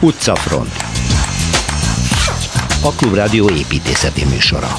Utcafront, a Klubrádió építészeti műsora.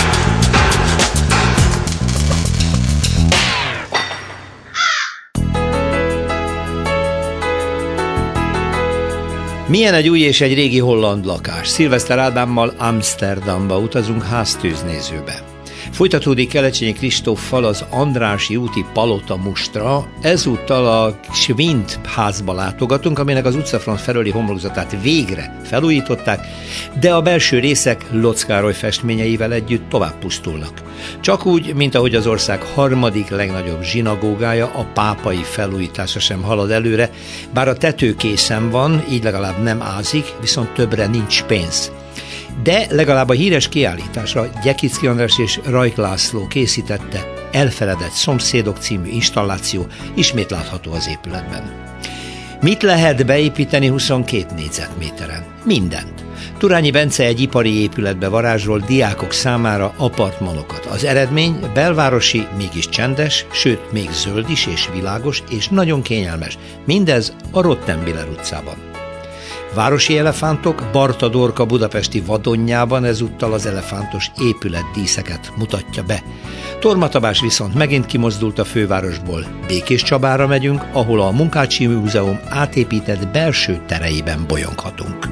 Milyen egy új és egy régi holland lakás. Szilveszter Ádámmal Amsterdamba utazunk háztűznézőbe. Folytatódik Kelecsényi Kristóffal az Andrássy úti Palota mustra, ezúttal a Schwind házba látogatunk, aminek az utcafront felőli homlokzatát végre felújították, de a belső részek Lotz Károly festményeivel együtt tovább pusztulnak. Csak úgy, mint ahogy az ország harmadik legnagyobb zsinagógája, a pápai felújítása sem halad előre, bár a tető készen van, így legalább nem ázik, viszont többre nincs pénz. De legalább a híres kiállításra Gyekicki András és Rajk László készítette Elfeledett szomszédok című installáció ismét látható az épületben. Mit lehet beépíteni 22 négyzetméteren? Mindent. Turányi Bence egy ipari épületbe varázsol diákok számára apartmanokat. Az eredmény belvárosi, mégis csendes, sőt még zöld is és világos és nagyon kényelmes. Mindez a Rottenbiller utcában. Városi elefántok, Barta Dorka budapesti vadonjában ezúttal az elefántos épületdíszeket mutatja be. Torma Tamás viszont megint kimozdult a fővárosból. Békéscsabára megyünk, ahol a Munkácsi Múzeum átépített belső tereiben bolyonghatunk.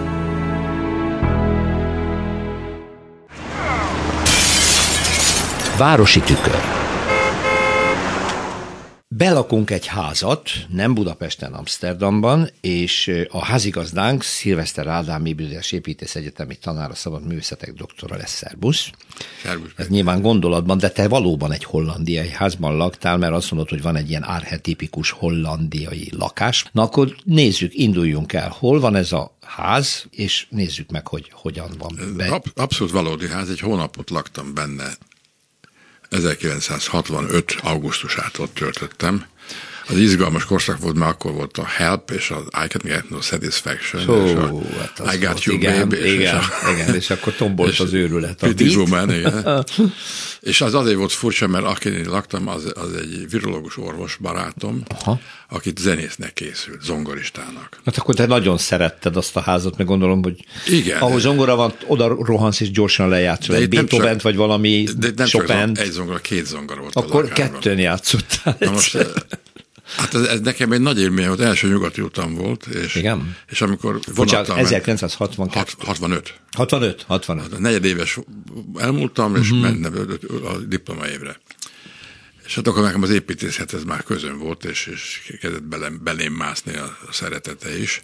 Városi tükör. Belakunk egy házat, nem Budapesten, Amsterdamban, és a házigazdánk Szilveszter Ádám Építész Egyetemi tanára, szabad művészetek doktora lesz. Szerbusz. Ez nyilván gondolatban, de te valóban egy hollandiai házban laktál, mert azt mondod, hogy van egy ilyen archetipikus hollandiai lakás. Na akkor nézzük, induljunk el. Hol van ez a ház, és nézzük meg, hogy hogyan van be. Abszolút valódi ház, egy hónapot laktam benne. 1965. augusztusától töltöttem. Az izgalmas korszak volt, mert akkor volt a Help, és az I Can Get No Satisfaction, és a I Got You Babe, és akkor tombolt az őrület. A Woman, igen. És az azért volt furcsa, mert akinél laktam, az egy virológus orvos barátom, akit zenésznek készült, zongoristának. Hát akkor te nagyon szeretted azt a házat, meg gondolom, hogy igen, ahol zongora van, oda rohansz és gyorsan lejátszol. Egy Beethovent vagy valami Chopin-t. Egy zongora, két zongora volt. Akkor kettőn játszottál. Na most, hát ez nekem egy nagy élmény volt, első nyugati utam volt, és amikor vonattal 1962. 65. A negyedéves elmúltam, és mentem a diplomaévre. És hát akkor nekem az építészethez már közön volt, és kezdett belém mászni a szeretete is.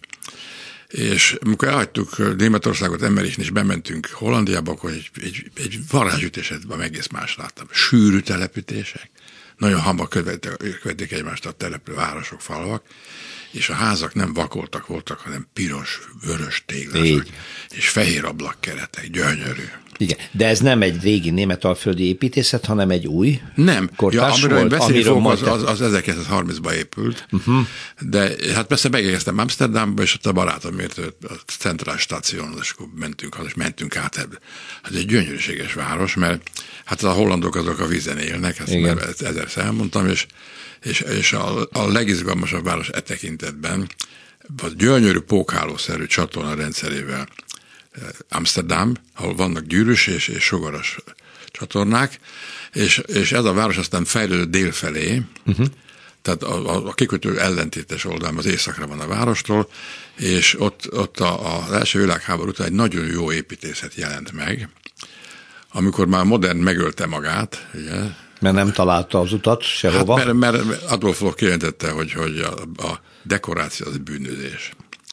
És amikor elhagytuk Németországot, Emmerichen, és bementünk Hollandiába, akkor egy varázsütésetben egész más láttam. Sűrű telepítések, nagyon hamar követik egymást a települő városok, falvak, és a házak nem vakoltak voltak, hanem piros, vörös téglások, és fehér ablakkeretek, gyönyörű. Igen, de ez nem egy régi németalföldi építészet, hanem egy új kortás amiről volt? Beszélni fogok, az 1930-ban épült, de hát persze megérkeztem Amsterdamba, és ott a barátomért a Centrál Station, és akkor mentünk át ebbe. Ez egy gyönyörűséges város, mert hát a hollandok azok a vízen élnek, ezt már ezerszer elmondtam, és a legizgalmasabb város e tekintetben, az gyönyörű pókhálószerű csatorna rendszerével Amsterdam, ahol vannak gyűrűs és sugaras csatornák, és ez a város aztán fejlődött délfelé, tehát a kikötő ellentétes oldalán az északra van a várostól, és ott az első világháború után egy nagyon jó építészet jelent meg, amikor már modern megölte magát, ugye, mert nem találta az utat sehova. Hát mert Adolf Loh kijelentette, hogy a dekoráció az bűnözés.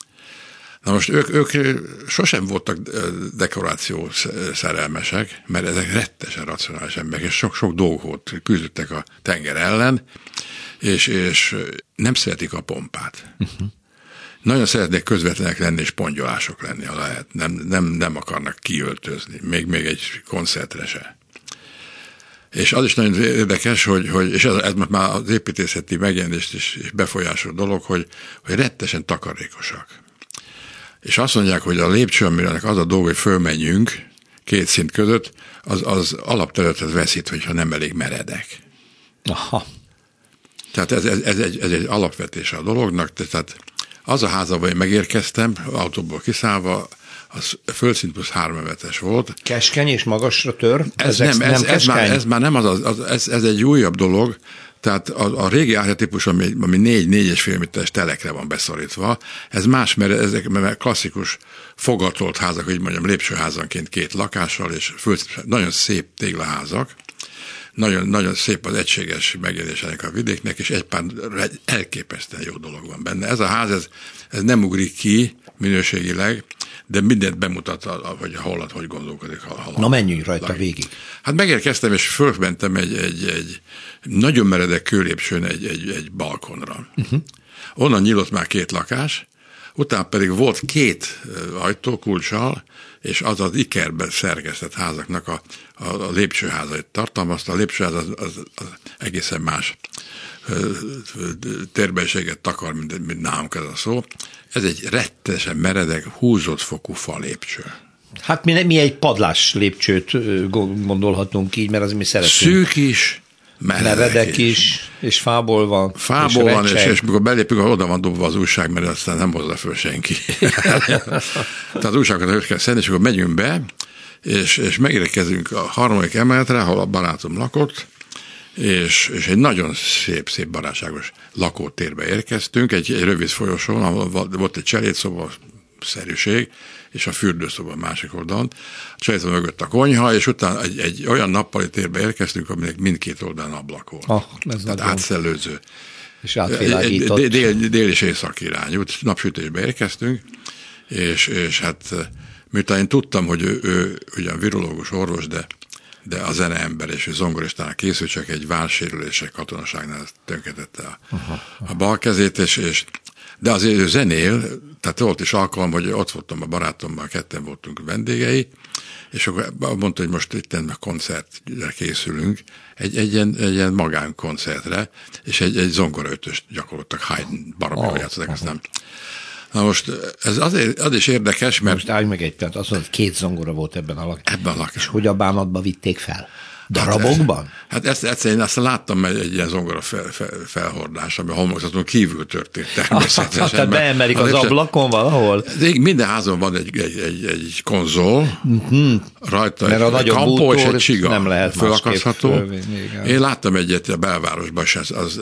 Na most ők sosem voltak dekoráció szerelmesek, mert ezek rettesen racionális emberek, és sok dolgot küzdöttek a tenger ellen, és nem szeretik a pompát. Nagyon szeretnék közvetlenek lenni, és pongyolások lenni, ha lehet. Nem akarnak kiöltözni, még egy koncertre se. És az is nagyon érdekes, hogy és ez már az építészeti megjelenést is befolyásol dolog, hogy rettesen takarékosak. És azt mondják, hogy a lépcső, aminek az a dolog, hogy fölmenjünk két szint között, az alapterületet veszít, hogyha nem elég meredek. Aha. Tehát ez egy alapvetése a dolognak, tehát Az a ház, ahol én megérkeztem, autóból kiszállva, az földszint plusz 3 emeletes volt. Keskeny és magasra tör? Ez már nem ez egy újabb dolog. Tehát a régi ágyatípus, ami 4,5 méteres telekre van beszorítva, ez más, mert ezek klasszikus fogatolt házak, hogy mondjam, lépcsőházanként 2 lakással, és nagyon szép téglaházak, nagyon, nagyon szép az egységes megjelenésének a vidéknek, és egy pár elképesztően jó dolog van benne. Ez a ház, ez nem ugrik ki minőségileg, de mindent bemutat, hogy a holland hogy gondolkodik. Na menjünk rajta végig. Hát megérkeztem, és fölmentem egy nagyon meredek kőlépcsőn egy balkonra. Onnan nyílt már 2 lakás, utána pedig volt 2 ajtó kulccsal, és az ikerbe szerkesztett házaknak a lépcsőházait tartalmazta. A lépcsőház az egészen más térbenséget takar, mint nálunk ez a szó. Ez egy rettenesen meredek, húzott fokú fa lépcső. Hát mi egy padlás lépcsőt gondolhatunk így, mert az mi szeretünk. Szűk is, meredek is, és fából van. Fából van, és mikor belépünk, oda van dobva az újság, mert aztán nem hozza föl senki. Tehát az újságokat őt kell szedni, és akkor megyünk be, és megérkezünk a 3. emeletre, ahol a barátom lakott, és egy nagyon szép barátságos lakótérbe érkeztünk, egy rövid folyosón, ahol volt egy cselédszoba szerűség, és a fürdőszoba a másik oldalon. A cselédszoba mögött a konyha, és utána egy olyan nappali térbe érkeztünk, aminek mindkét oldalon ablak volt. Tehát átszellőző. És átvilágított. Dél és észak irányú. Napsütésbe érkeztünk, és hát miután én tudtam, hogy ő ugyan virológus orvos, de a zeneember és zongoristának készült, csak egy válsérülése katonaságnál tönkretette a bal kezét, de azért ő zenél, tehát volt is alkalom, hogy ott voltam a barátommal, 2 voltunk vendégei, és akkor mondta, hogy most itt a koncertre készülünk, egy ilyen magánkoncertre, és egy zongoraötöst gyakoroltak, Haydn baromjól játszottak, aztán. Na most ez az is érdekes, mert... Most állj meg egy pillanat, azt mondod, 2 zongora volt ebben a lakásban. És hogy a bánatba vitték fel? Darabokban? Hát ezt én azt láttam egy ilyen zongora felhordás, ami a homlokzaton kívül történt természetesen. Tehát beemelik az ablakon valahol? Minden házon van egy konzol, rajta mert egy kampó és egy csiga nem lehet fölakasztható. Én láttam egyet a belvárosban, és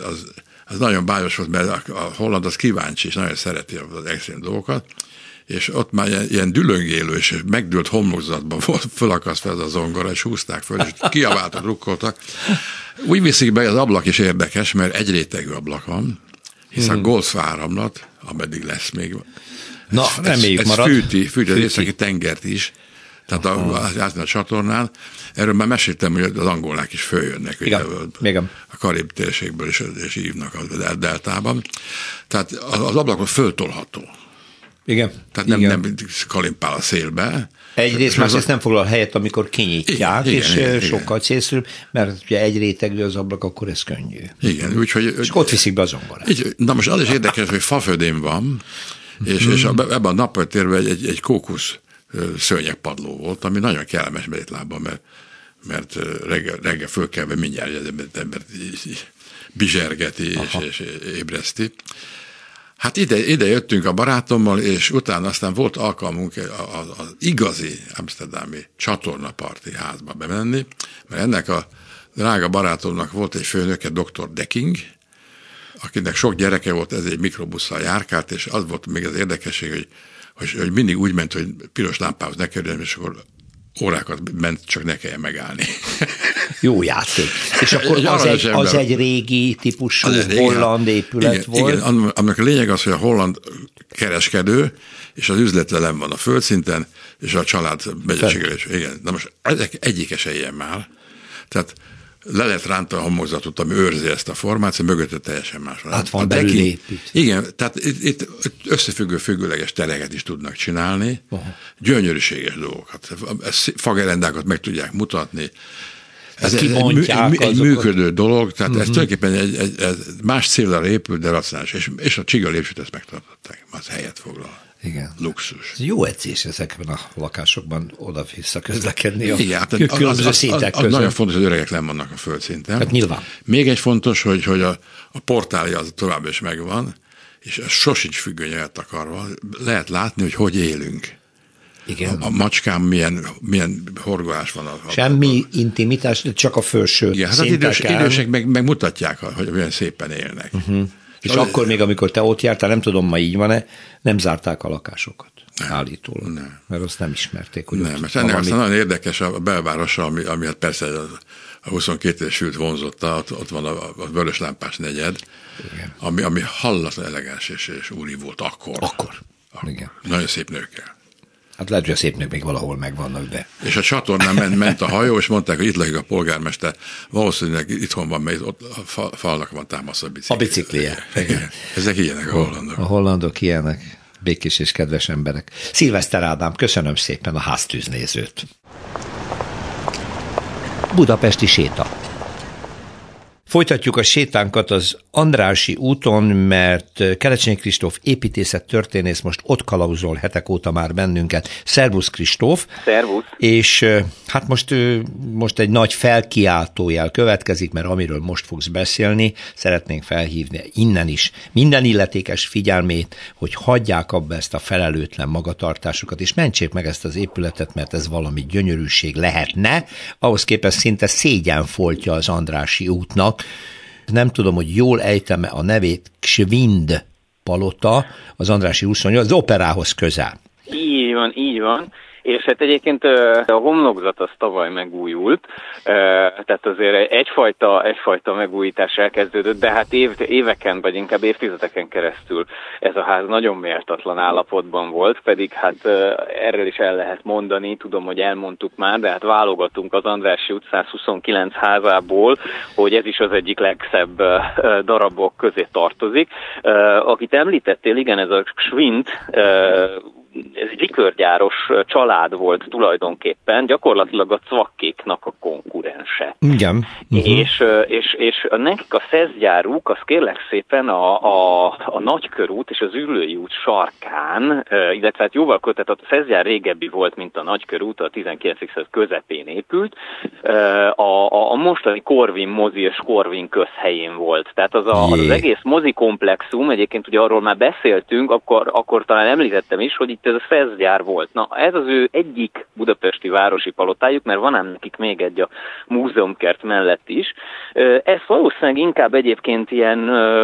az nagyon bájos volt, mert a holland az kíváncsi, és nagyon szereti az extrém dolgokat, és ott már ilyen dülöngélő és megdőlt homlokzatban volt fölakasztva ez a zongora, és húzták föl, és kiabáltak, drukkoltak. Úgy viszik be, az ablak is érdekes, mert egy rétegű ablak van, hiszen Golf áramlat, ameddig lesz még. Na, reméljük marad. Fűti az északi tengert is, tehát a csatornán. Erről már meséltem, hogy az angolák is följönnek. Igen. A Karib térségből is, és hívnak a deltában. Tehát az ablakon föltolható. Igen. Tehát nem kalimpál a szélbe. Egyrészt, másrészt nem foglal helyet, amikor kinyitják, igen, sokkal célszerűbb, mert ugye egy rétegű az ablak, akkor ez könnyű. Igen, úgyhogy... És ott viszik be a zongorát. Na most az is érdekes, hogy fafödém van, és ebben a nappali térben egy kókusz szőnyegpadló volt, ami nagyon kellemes belétlábban, mert reggel fölkelve mindjárt az embert bizsergeti és ébreszti. Hát ide jöttünk a barátommal, és utána aztán volt alkalmunk az igazi amsterdami csatornaparti házba bemenni, mert ennek a drága barátomnak volt egy főnöke, Dr. Decking, akinek sok gyereke volt, ez egy mikrobusszal járkált, és az volt még az érdekesség, hogy mindig úgy ment, hogy piros lámpához ne kerüljem, és akkor órákat ment, csak ne kelljen megállni. Jó játék. És akkor az egy régi típusú holland épület volt? Igen, annak a lényeg az, hogy a holland kereskedő, és az üzlete nem van a földszinten, és a család megyeségelés. Igen, na most ezek egyike se ilyen már. Tehát le lehet rántani a homlokzatot, ami őrzi ezt a formációt, mögötte teljesen más. Hát van belül épít. Igen, tehát itt függőleges tereket is tudnak csinálni, gyönyörűséges dolgokat. Fagerendákat meg tudják mutatni. Ez egy működő dolog, tehát ez tulajdonképpen egy más célra épül, de racionális. És a csiga lépcsőt ezt megtartották, az helyet foglal. Igen. Luxus. Ez jó edzés ezekben a lakásokban oda-vissza közlekedni a különböző szintek között. Nagyon fontos, hogy öregek nem vannak a földszinten. Hát nyilván. Még egy fontos, hogy a portálja az továbbra is megvan, és ez sosincs függöny eltakarva. Lehet látni, hogy élünk. Igen. A macskán milyen horgolás van. Semmi intimitás, csak a felső idősek meg mutatják, hogy milyen szépen élnek. És akkor még, amikor te ott jártál, nem tudom, ma így van-e, nem zárták a lakásokat. Állítólag. Nem. Mert azt nem ismerték. Hogy nem, mert ennek aztán nagyon érdekes a belvárosa, ami hát persze a 22 sült vonzotta, ott van a vörös lámpás negyed, ami hallatlan elegáns és úri volt akkor. Igen. Nagyon szép nőkkel. Hát lehet, hogy a szép nők még valahol megvannak, de... És a csatornán ment a hajó, és mondták, hogy itt lakik a polgármester, valószínűleg itthon van, mert ott a falnak van támasztva a biciklije. Igen. Ezek ilyenek a hollandok. A hollandok ilyenek. Békés és kedves emberek. Szilveszter Ádám, köszönöm szépen a háztűznézőt. Budapesti séta. Folytatjuk a sétánkat az Andrássy úton, mert Kelecsényi Kristóf építészettörténész most ott kalauzol hetek óta már bennünket. Szervusz Kristóf! Szervusz! És hát most egy nagy felkiáltójel következik, mert amiről most fogsz beszélni, szeretnénk felhívni innen is minden illetékes figyelmét, hogy hagyják abba ezt a felelőtlen magatartásukat, és mentsék meg ezt az épületet, mert ez valami gyönyörűség lehetne, ahhoz képest szinte szégyenfoltja az Andrássy útnak. Nem tudom, hogy jól ejtem-e a nevét, Gschwind palota, az Andrássy 28, az operához közel. Így van. És hát egyébként a homlokzat az tavaly megújult, tehát azért egyfajta megújítás elkezdődött, de hát éveken, vagy inkább évtizedeken keresztül ez a ház nagyon méltatlan állapotban volt, pedig hát erről is el lehet mondani, tudom, hogy elmondtuk már, de hát válogatunk az Andrássy út 129 házából, hogy ez is az egyik legszebb darabok közé tartozik. Akit említettél, igen, ez a Gschwind, ez egy likőrgyáros család volt tulajdonképpen, gyakorlatilag a Cvakkéknak a konkurense. Igen. És nekik a szeszgyáruk, az kérlek szépen a Nagykörút és az Üllői út sarkán, illetve hát jóval tehát a szeszgyár régebbi volt, mint a Nagykörút, a 19. század közepén épült, a mostani Corvin mozi és Corvin közhelyén volt. Tehát az egész mozikomplexum, egyébként ugye arról már beszéltünk, akkor talán említettem is, hogy itt ez a szeszgyár volt. Na, ez az ő egyik budapesti városi palotájuk, mert van ám nekik még egy a múzeumkert mellett is. Ezt valószínűleg inkább egyébként ilyen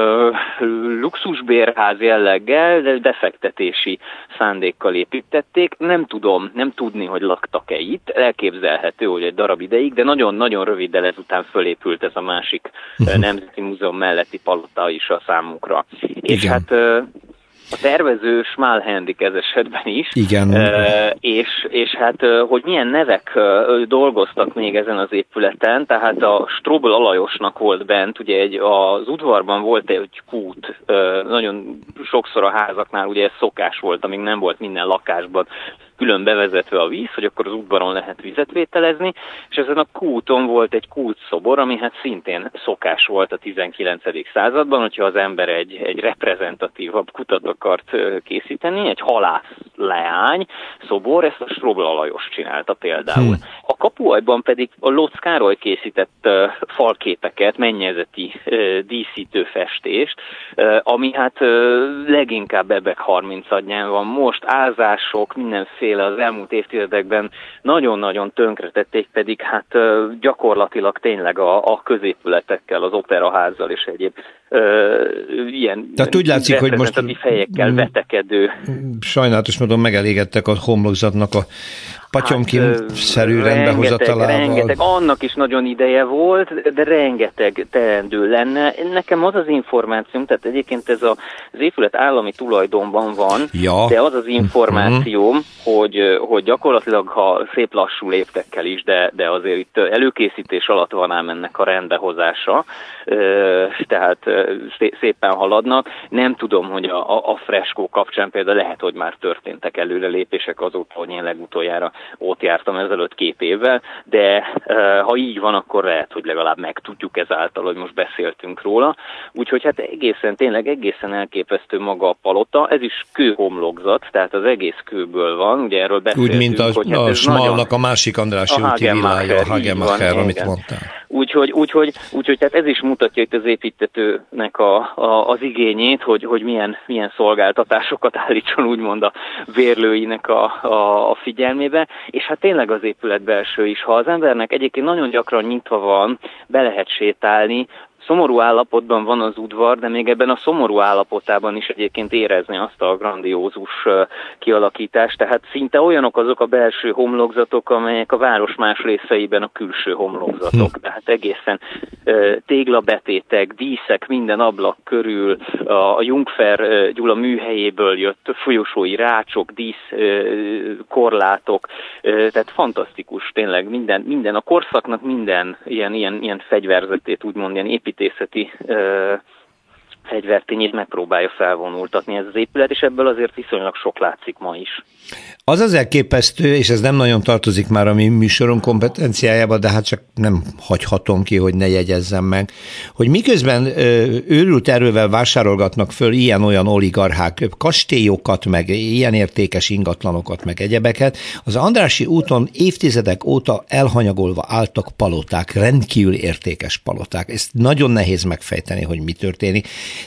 luxusbérház jelleggel, de befektetési szándékkal építették. Nem tudni, hogy laktak-e itt. Elképzelhető, hogy egy darab ideig, de nagyon-nagyon röviddel ezután fölépült ez a másik Nemzeti Múzeum melletti palota is a számunkra. Igen. És hát a tervező Schmal Henrik ez esetben is. Igen. És hát, hogy milyen nevek dolgoztak még ezen az épületen, tehát a Strobl Alajosnak volt bent, ugye az udvarban volt egy kút, nagyon sokszor a házaknál ugye ez szokás volt, amíg nem volt minden lakásban külön bevezetve a víz, hogy akkor az udvaron lehet vizet vételezni, és ezen a kúton volt egy kútszobor, ami hát szintén szokás volt a 19. században, hogyha az ember egy reprezentatívabb kutat akart készíteni, egy halász leány szobor, ezt a Strobl Alajos csinálta például. A kapuajban pedig a Lotz Károly készített falképeket, mennyezeti díszítő festést, ami hát leginkább Ebek 30-adján van most, ázások, mindenféle az elmúlt évtizedekben nagyon-nagyon tönkretették, pedig hát gyakorlatilag tényleg a középületekkel, az operaházzal és egyéb ilyen reprezentatív fejekkel vetekedő. Sajnálatos módon megelégedtek a homlokzatnak a Patyomkin-szerű rendbehozatalával. Rengeteg, annak is nagyon ideje volt, de rengeteg teendő lenne. Nekem az az információm, tehát egyébként ez az épület állami tulajdonban van, de az az információm, hogy gyakorlatilag, ha szép lassú léptekkel is, de azért itt előkészítés alatt van ám ennek a rendbehozása, tehát szépen haladnak. Nem tudom, hogy a freskó kapcsán például lehet, hogy már történtek előrelépések azóta, hogy én legutoljára ott jártam ezelőtt 2 évvel, de ha így van, akkor lehet, hogy legalább megtudjuk ezáltal, hogy most beszéltünk róla. Úgyhogy hát tényleg egészen elképesztő maga a palota, ez is kőhomlokzat, tehát az egész kőből van, ugye erről beszéltünk. Úgy, mint a Smallnak nagyon... a másik Andrássy úti villája, a Hagenmacher, amit mondtál. Úgyhogy tehát ez is mutatja itt az építtetőnek az igényét, hogy milyen szolgáltatásokat állítson úgymond a vérlőinek a figyelmébe, és hát tényleg az épület belső is. Ha az embernek egyébként nagyon gyakran nyitva van, be lehet sétálni, szomorú állapotban van az udvar, de még ebben a szomorú állapotában is egyébként érezni azt a grandiózus kialakítást, tehát szinte olyanok azok a belső homlokzatok, amelyek a város más részeiben a külső homlokzatok. Tehát egészen téglabetétek, díszek minden ablak körül, a Jungfer Gyula műhelyéből jött folyosói rácsok, díszkorlátok, tehát fantasztikus tényleg minden a korszaknak minden ilyen fegyverzetét, úgymond ilyen építészeti fegyvertényét megpróbálja felvonultatni ez az épület, és ebből azért viszonylag sok látszik ma is. Az elképesztő, és ez nem nagyon tartozik már a mi műsorunk kompetenciájába, de hát csak nem hagyhatom ki, hogy ne jegyezzem meg, hogy miközben őrült erővel vásárolgatnak föl ilyen-olyan oligarchák kastélyokat, meg ilyen értékes ingatlanokat, meg egyebeket, az Andrássy úton évtizedek óta elhanyagolva álltak paloták, rendkívül értékes paloták. Ezt nagyon nehéz megfejteni, hogy mi történik.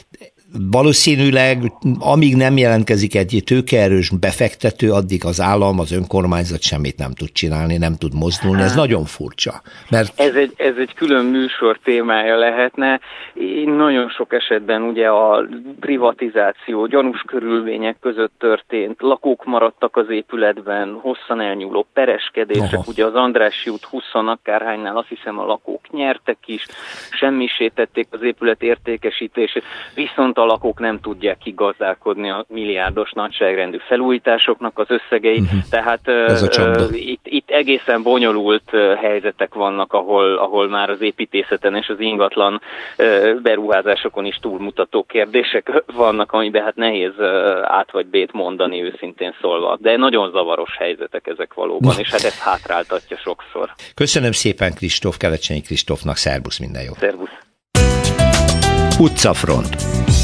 Valószínűleg, amíg nem jelentkezik egy tőkeerős befektető, addig az állam, az önkormányzat semmit nem tud csinálni, nem tud mozdulni. Ez nagyon furcsa. Mert... Ez egy külön műsor témája lehetne. Nagyon sok esetben ugye a privatizáció gyanús körülmények között történt, lakók maradtak az épületben, hosszan elnyúló pereskedések, ugye az Andrássy út 20 akárhánynál azt hiszem a lakók nyertek is, semmisítették az épület értékesítését, viszont a lakók nem tudják kigazdálkodni a milliárdos nagyságrendű felújításoknak az összegeit, tehát itt egészen bonyolult helyzetek vannak, ahol már az építészeten és az ingatlan beruházásokon is túlmutató kérdések vannak, amiben hát nehéz át vagy bét mondani őszintén szólva. De nagyon zavaros helyzetek ezek valóban, és hát ez hátráltatja sokszor. Köszönöm szépen Kristóf, Kelecsényi Kristófnak, szervusz, minden jó. Szervusz. Utcafront.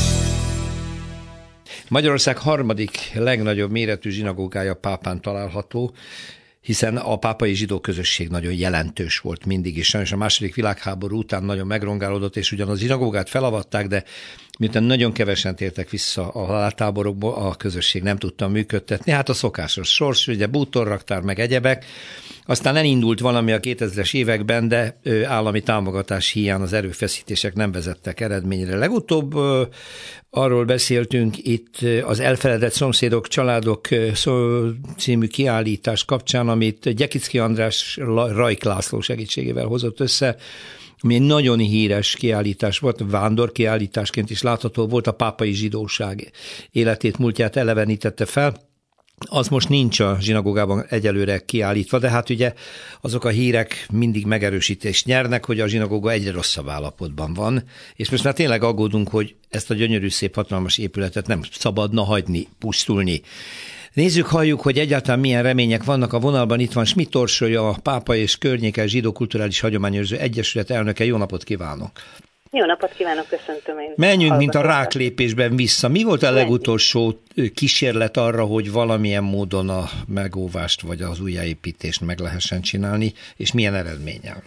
Magyarország harmadik legnagyobb méretű zsinagógája Pápán található, hiszen a pápai zsidó közösség nagyon jelentős volt mindig, és sajnos a II. Világháború után nagyon megrongálódott, és ugyan a zsinagógát felavatták, de miután nagyon kevesen tértek vissza a haláltáborokból, a közösség nem tudta működtetni. Hát a szokásos sors, ugye bútorraktár meg egyebek. Aztán elindult valami a 2000-es években, de állami támogatás hiány az erőfeszítések nem vezettek eredményre. Legutóbb arról beszéltünk itt az Elfeledett szomszédok, családok című kiállítás kapcsán, amit Gyekicki András Rajk László segítségével hozott össze, ami egy nagyon híres kiállítás volt, vándorkiállításként is látható volt, a pápai zsidóság életét, múltját elevenítette fel. Az most nincs a zsinagógában egyelőre kiállítva, de hát ugye azok a hírek mindig megerősítést nyernek, hogy a zsinagóga egyre rosszabb állapotban van, és most már tényleg aggódunk, hogy ezt a gyönyörű, szép, hatalmas épületet nem szabadna hagyni, pusztulni. Nézzük, halljuk, hogy egyáltalán milyen remények vannak. A vonalban itt van Schmidt Orsolya, a Pápa és Környéke Zsidó Kulturális Hagyományőrző Egyesület elnöke. Jó napot kívánok! Jó napot kívánok, köszöntöm én. Menjünk, mint a ráklépésben vissza. Mi volt a legutolsó kísérlet arra, hogy valamilyen módon a megóvást vagy az újjáépítést meg lehessen csinálni, és milyen eredménnyel?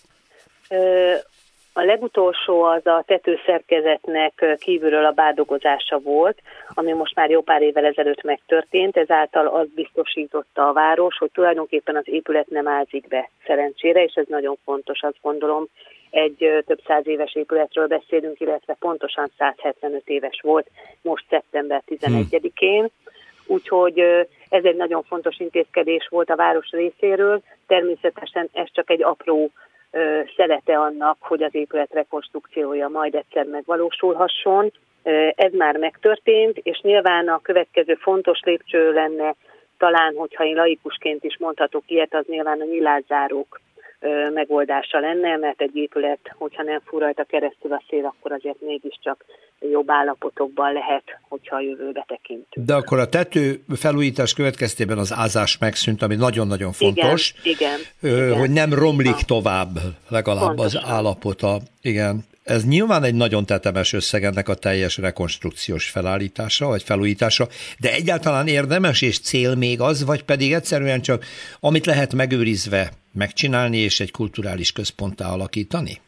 A legutolsó az a tetőszerkezetnek kívülről a bádogozása volt, ami most már jó pár évvel ezelőtt megtörtént, ezáltal azt biztosította a város, hogy tulajdonképpen az épület nem ázik be szerencsére, és ez nagyon fontos, azt gondolom. Egy több száz éves épületről beszélünk, illetve pontosan 175 éves volt most szeptember 11-én. Úgyhogy ez egy nagyon fontos intézkedés volt a város részéről. Természetesen ez csak egy apró szelete annak, hogy az épület rekonstrukciója majd egyszer megvalósulhasson. Ez már megtörtént, és nyilván a következő fontos lépcső lenne, talán, hogyha én laikusként is mondhatok ilyet, az nyilván a nyilászárók megoldása lenne, mert egy épület, hogyha nem fúr rajta keresztül a szél, akkor azért mégiscsak jobb állapotokban lehet, hogyha a jövőbe tekintünk. De akkor a tető felújítás következtében az ázás megszűnt, ami nagyon-nagyon fontos, igen, hogy nem romlik tovább legalább pontosan az állapota. Igen. Ez nyilván egy nagyon tetemes összeg ennek a teljes rekonstrukciós felállítása, vagy felújítása, de egyáltalán érdemes és cél még az, vagy pedig egyszerűen csak amit lehet megőrizve megcsinálni, és egy kulturális központtá alakítani?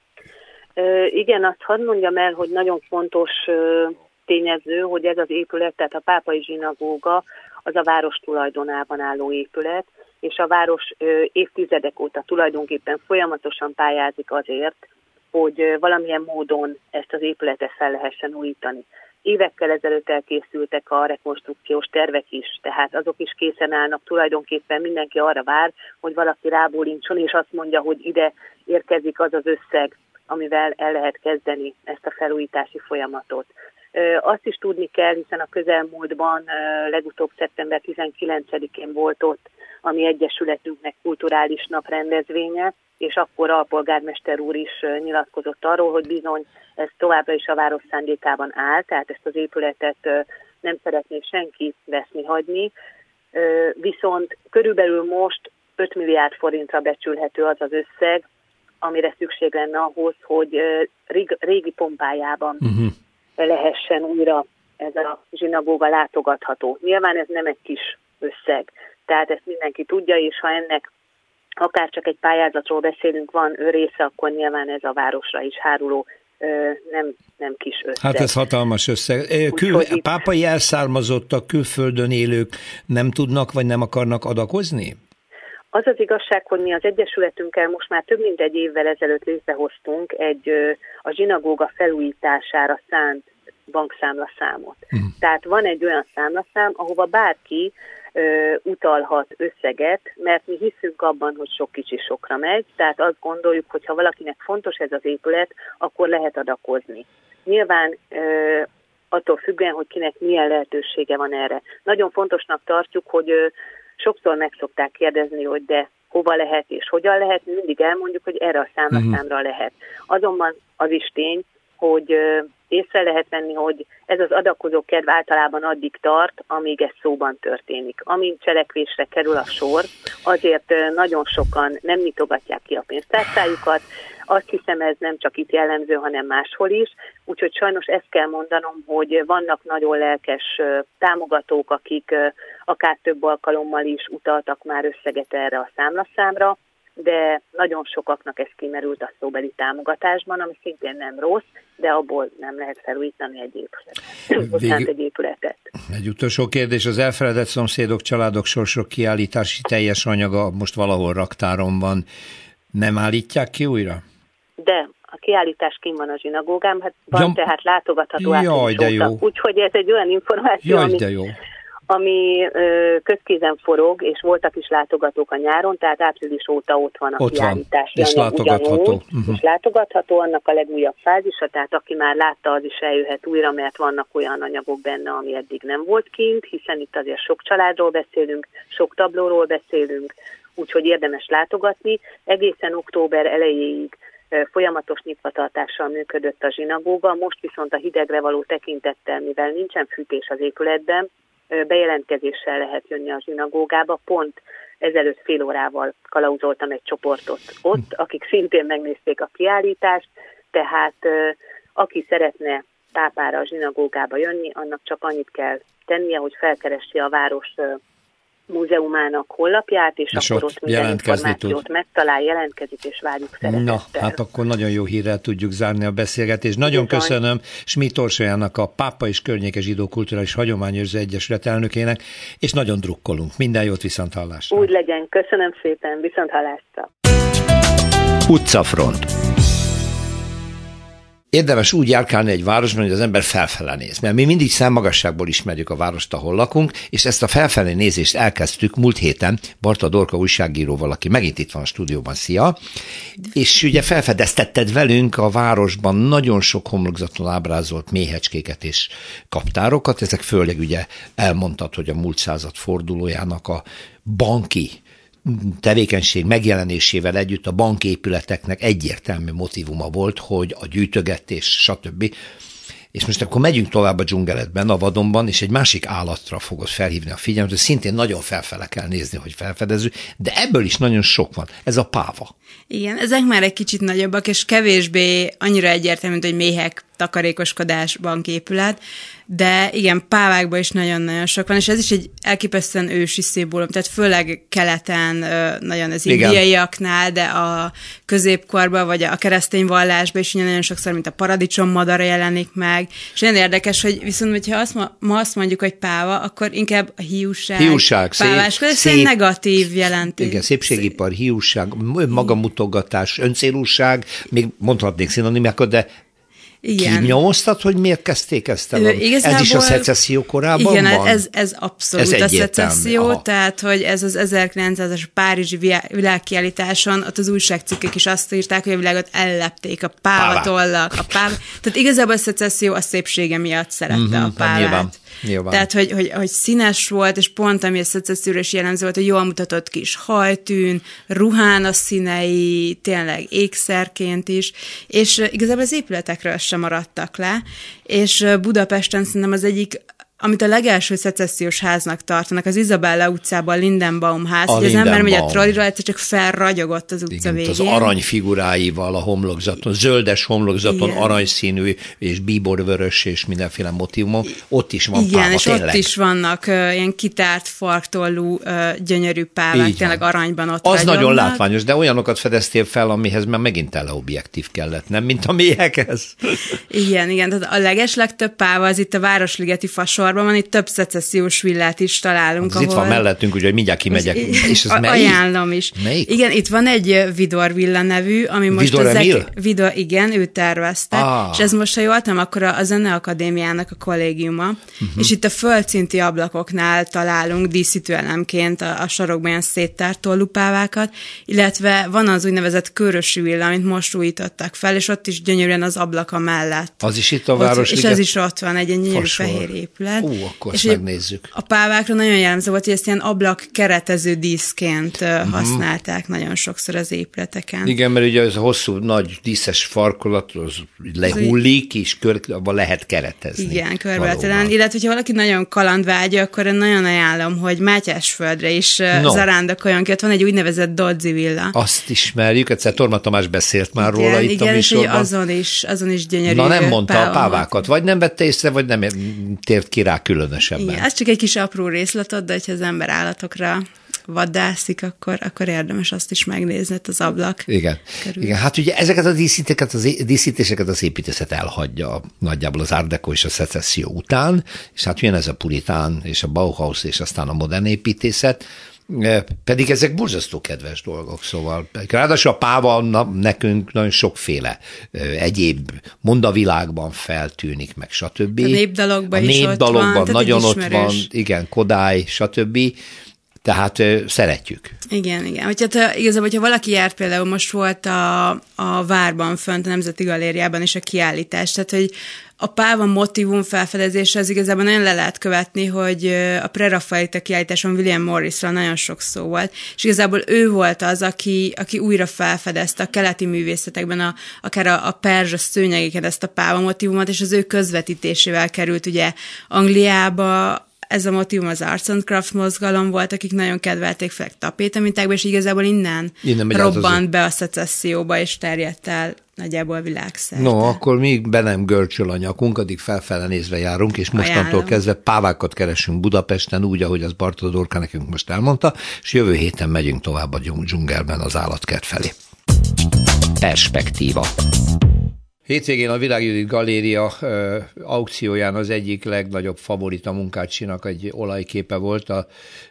Igen, azt hadd mondjam el, hogy nagyon fontos tényező, hogy ez az épület, tehát a Pápai Zsinagóga, az a város tulajdonában álló épület, és a város évtizedek óta tulajdonképpen folyamatosan pályázik azért, hogy valamilyen módon ezt az épületet fel lehessen újítani. Évekkel ezelőtt elkészültek a rekonstrukciós tervek is, tehát azok is készen állnak, tulajdonképpen mindenki arra vár, hogy valaki rábólincson, és azt mondja, hogy ide érkezik az az összeg, amivel el lehet kezdeni ezt a felújítási folyamatot. Azt is tudni kell, hiszen a közelmúltban, legutóbb szeptember 19-én volt ott a mi egyesületünknek kulturális naprendezvénye, és akkor alpolgármester úr is nyilatkozott arról, hogy bizony ez továbbra is a város szándékában áll, tehát ezt az épületet nem szeretné senki veszni, hagyni, viszont körülbelül most 5 milliárd forintra becsülhető az az összeg, amire szükség lenne ahhoz, hogy régi pompájában lehessen újra ez a zsinagóga látogatható. Nyilván ez nem egy kis összeg, tehát ezt mindenki tudja, és ha ennek akár csak egy pályázatról beszélünk, van része, akkor nyilván ez a városra is háruló nem kis összeg. Hát ez hatalmas összeg. Pápai elszármazottak, külföldön élők nem tudnak, vagy nem akarnak adakozni? Az az igazság, hogy mi az Egyesületünkkel most már több mint egy évvel ezelőtt létrehoztunk a zsinagóga felújítására szánt bankszámlaszámot. Tehát van egy olyan számlaszám, ahova bárki utalhat összeget, mert mi hiszünk abban, hogy sok kicsi sokra megy, tehát azt gondoljuk, hogy ha valakinek fontos ez az épület, akkor lehet adakozni. Nyilván attól függően, hogy kinek milyen lehetősége van erre. Nagyon fontosnak tartjuk, hogy sokszor meg szokták kérdezni, hogy de hova lehet és hogyan lehet, mi mindig elmondjuk, hogy erre a számlaszámra lehet. Azonban az is tény, hogy észre lehet venni, hogy ez az adakozó kedv általában addig tart, amíg ez szóban történik. Amint cselekvésre kerül a sor, azért nagyon sokan nem nyitogatják ki a pénztárcájukat. Azt hiszem, ez nem csak itt jellemző, hanem máshol is. Úgyhogy sajnos ezt kell mondanom, hogy vannak nagyon lelkes támogatók, akik akár több alkalommal is utaltak már összeget erre a számlaszámra, de nagyon sokaknak ez kimerült a szóbeli támogatásban, ami szintén nem rossz, de abból nem lehet felújítani egy épületet. Egy utolsó kérdés, az Elfeledett szomszédok, családok, sorsok kiállítási teljes anyaga most valahol raktáron van. Nem állítják ki újra? De a kiállítás kint van a zsinagógám, hát van tehát látogatható április. Úgyhogy ez egy olyan információ, ami közkézen forog, és voltak is látogatók a nyáron, tehát április óta ott van a kiállítás. És látogatható. És látogatható annak a legújabb fázisa, tehát aki már látta, az is eljöhet újra, mert vannak olyan anyagok benne, ami eddig nem volt kint, hiszen itt azért sok családról beszélünk, sok tablóról beszélünk, úgyhogy érdemes látogatni. Egészen október elejéig folyamatos nyitvatartással működött a zsinagóga, most viszont a hidegre való tekintettel, mivel nincsen fűtés az épületben, bejelentkezéssel lehet jönni a zsinagógába. Pont ezelőtt fél órával kalauzoltam egy csoportot ott, akik szintén megnézték a kiállítást, tehát aki szeretne tápára a zsinagógába jönni, annak csak annyit kell tennie, hogy felkeresse a város múzeumának honlapját, és akkor ott minden információt megtalál, jelentkezik, és várjuk szeretettel. Na, hát akkor nagyon jó hírrel tudjuk zárni a beszélgetést. Nagyon köszönöm Schmidt Orsolyanak, a Pápa és Környéke Zsidó Kulturális Hagyományőrző Egyesület elnökének, és nagyon drukkolunk. Minden jót, viszonthallásra. Úgy legyen, köszönöm szépen, viszonthallásra. Utcafront. Érdemes úgy járkálni egy városban, hogy az ember felfele néz, mert mi mindig szemmagasságból ismerjük a várost, ahol lakunk, és ezt a felfelé nézést elkezdtük múlt héten Barta Dorka újságíróval, aki megint itt van a stúdióban. Szia! És ugye felfedeztetted velünk a városban nagyon sok homlokzaton ábrázolt méhecskéket és kaptárokat, ezek főleg ugye elmondtad, hogy a múlt század fordulójának a banki tevékenység megjelenésével együtt a banképületeknek egyértelmű motívuma volt, hogy a gyűjtögetés, stb. És most akkor megyünk tovább a dzsungeletben, a vadonban, és egy másik állatra fogod felhívni a figyelmet, hogy szintén nagyon felfele kell nézni, hogy felfedező, de ebből is nagyon sok van. Ez a páva. Igen, ezek már egy kicsit nagyobbak, és kevésbé annyira egyértelmű, hogy méhek, takarékoskodás, banképület, de igen, pávákban is nagyon-nagyon sok van, és ez is egy elképesztően ősi szimbólum, tehát főleg keleten nagyon az indiaiaknál, de a középkorban, vagy a keresztény vallásban is nagyon sokszor, mint a paradicsom madara jelenik meg, és nagyon érdekes, hogy viszont, hogyha ma azt mondjuk, hogy páva, akkor inkább a hiúság páváskodás, szép negatív jelentés. Igen, szépségipar, hiúság, magamutogatás, öncélúság, még mondhatnék szinonimákat, de kinyomoztat, hogy miért kezdték ezt el? Ez is a szecesszió korában igen, van? Ez abszolút ez a szecesszió, tehát hogy ez az 1900-as párizsi világkiállításon, ott az újságcikkek is azt írták, hogy a világot ellepték a pávatollak, tehát igazából a szecesszió a szépsége miatt szerette a pávát. Nyilván. Tehát, hogy színes volt, és pont ami a szecesszióra is jellemző volt, hogy jól mutatott kis hajtűn, ruhán a színei, tényleg ékszerként is, és igazából az épületekről sem maradtak le, és Budapesten szerintem az egyik, amit a legelső szecessziós háznak tartanak, az Izabella utcában Lindenbaum ház, hogy az ember megy a trollira, egyszer csak felragyogott az utca végén. Az aranyfiguráival a homlokzaton, zöldes homlokzaton, igen. Aranyszínű és bíborvörös és mindenféle motívum, ott is van páva, és tényleg. Ott is vannak ilyen kitárt farktollú, gyönyörű pávák, tényleg aranyban ott az ragyognak. Nagyon látványos, de olyanokat fedeztél fel, amihez már megint teleobjektív kellett, nem? Mint a méhekhez. Igen, tehát a legeslegtöbb páva az itt a Városligeti Fasorban van, itt több szecessziós villát is találunk. Itt van mellettünk, úgyhogy mindjárt kimegyek. És az ajánlom is. Melyik? Igen, itt van egy Vidor villa nevű, ami most Vidor, igen, ő tervezte, és ez most, ha jól tudom, akkor a Zeneakadémiának a kollégiuma, és itt a földszinti ablakoknál találunk díszítőelemként a sarokban ilyen széttárt tollupávákat, illetve van az úgynevezett Körösi villa, amit most újítottak fel, és ott is gyönyörűen az ablaka mellett. Az is itt a Városliget? És ez is ott van, egy gyönyörű fehér épület. Akkor és megnézzük. A pávákra nagyon jellemző volt, hogy ezt ilyen ablak keretező díszként használták nagyon sokszor az épületeken. Igen, mert ugye ez a hosszú, nagy díszes farkolat, az lehullik, és abban lehet keretezni. Igen, körbeletelen. Illetve, hogyha valaki nagyon kalandvágya, akkor én nagyon ajánlom, hogy Mátyásföldre is zarándokoljon ki. Ott van egy úgynevezett Dodzi villa. Azt ismerjük, egyszer Torma Tamás beszélt már róla itt a műsorban. Azon is gyönyörű. Na nem mondta a pávákat, vagy nem vette észre, vagy nem tért ki rá különösebben. Igen, ez csak egy kis apró részlet, de hogyha az ember állatokra vaddászik, akkor érdemes azt is megnézni, az ablak. Igen, hát ugye ezeket a díszítéseket az építészet elhagyja nagyjából az Art Deco és a szecesszió után, és hát jön ez a puritán és a Bauhaus és aztán a modern építészet, pedig ezek borzasztó kedves dolgok, szóval. Ráadásul a páva nekünk nagyon sokféle egyéb mondavilágban feltűnik, meg stb. A népdalokban is népdalokban nagyon ott van, igen, Kodály, stb. Tehát szeretjük. Igen. Hát, igazából, hogyha valaki járt, például most volt a Várban fönt, a Nemzeti Galériában is a kiállítás, tehát, hogy a páva motívum felfedezése az igazából nagyon le lehet követni, hogy a preraffaelita kiállításon William Morrisról nagyon sok szó volt, és igazából ő volt az, aki újra felfedezte a keleti művészetekben, akár a perzsa szőnyegéket, ezt a páva motívumot, és az ő közvetítésével került ugye Angliába. Ez a motívum az Arts and Craft mozgalom volt, akik nagyon kedvelték fel tapétamintákba, és igazából innen robbant be a szecesszióba, és terjedt el nagyjából világszerte. No, akkor mi be nem görcsöl a nyakunk, addig felfele nézve járunk, és mostantól kezdve pávákat keresünk Budapesten, úgy, ahogy az Bartók Dorka nekünk most elmondta, és jövő héten megyünk tovább a dzsungelben az állatkert felé. Perspektíva. Hétvégén a Világjudit Galéria aukcióján az egyik legnagyobb favorita Munkácsinak egy olajképe volt a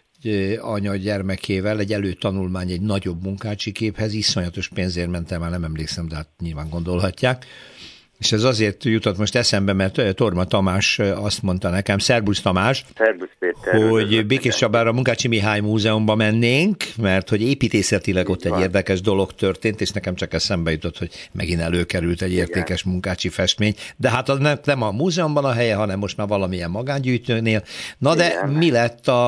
anya gyermekével, egy előtanulmány egy nagyobb Munkácsi képhez, iszonyatos pénzért mentem, már nem emlékszem, de hát nyilván gondolhatják. És ez azért jutott most eszembe, mert Torma Tamás azt mondta nekem, szerbusz Tamás, szerbusz Péter, hogy Békéscsabára a Munkácsi Mihály Múzeumban mennénk, mert hogy építészetileg ott egy érdekes dolog történt, és nekem csak eszembe jutott, hogy megint előkerült egy értékes Munkácsi festmény, de hát az nem a múzeumban a helye, hanem most már valamilyen magángyűjtőnél. Na de mi lett a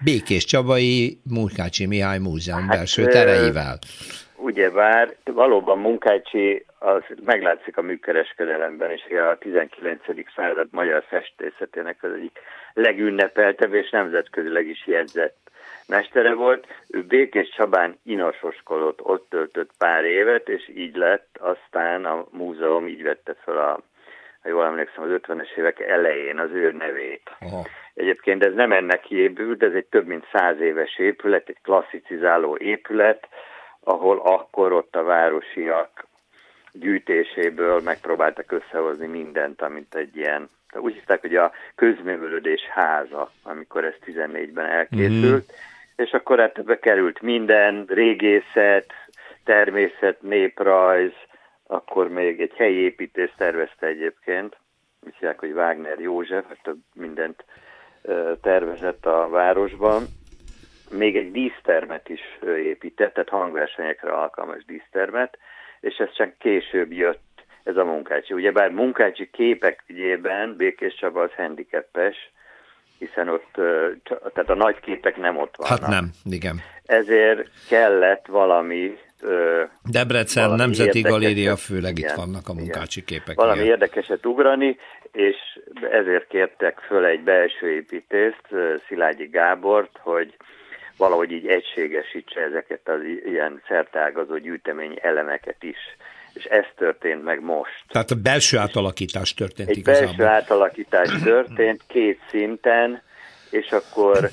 Békés Csabai Munkácsi Mihály Múzeum belső tereivel. Ugyebár valóban Munkácsi, az meglátszik a műkereskedelemben, és a 19. század magyar festészetének az egyik legünnepeltebb és nemzetközileg is jegyzett mestere volt. Ő Békés Csabán inososkodott, ott töltött pár évet, és így lett aztán a múzeum, így vette fel ha jól emlékszem, az 50-es évek elején az ő nevét. Aha. Egyébként ez nem ennek épült, ez egy több mint 100 éves épület, egy klasszicizáló épület, ahol akkor ott a városiak gyűjtéséből megpróbáltak összehozni mindent, amit egy ilyen, úgy hívták, hogy a közművelődés háza, amikor ez 14-ben elkészült, és akkor hát ebbe került minden, régészet, természet, néprajz, akkor még egy helyi építész tervezte egyébként, úgy hívják, hogy Wagner József, több mindent tervezett a városban. Még egy dísztermet is épített, tehát hangversenyekre alkalmas dísztermet, és ez csak később jött ez a Munkácsi. Ugyebár Munkácsi képek ügyében Békés Csaba az handicappes, hiszen ott, tehát a nagy képek nem ott vannak. Hát nem, igen. Ezért kellett valami... Debrecen valami Nemzeti Galéria, főleg itt vannak a Munkácsi képek. Valami érdekeset ugrani, és ezért kértek föl egy belső építést, Szilágyi Gábort, hogy valahogy így egységesítse ezeket az ilyen szerteágazó gyűjtemény elemeket is. És ez történt meg most. Tehát a belső átalakítás történt egy igazából. Belső átalakítás történt 2 szinten, és akkor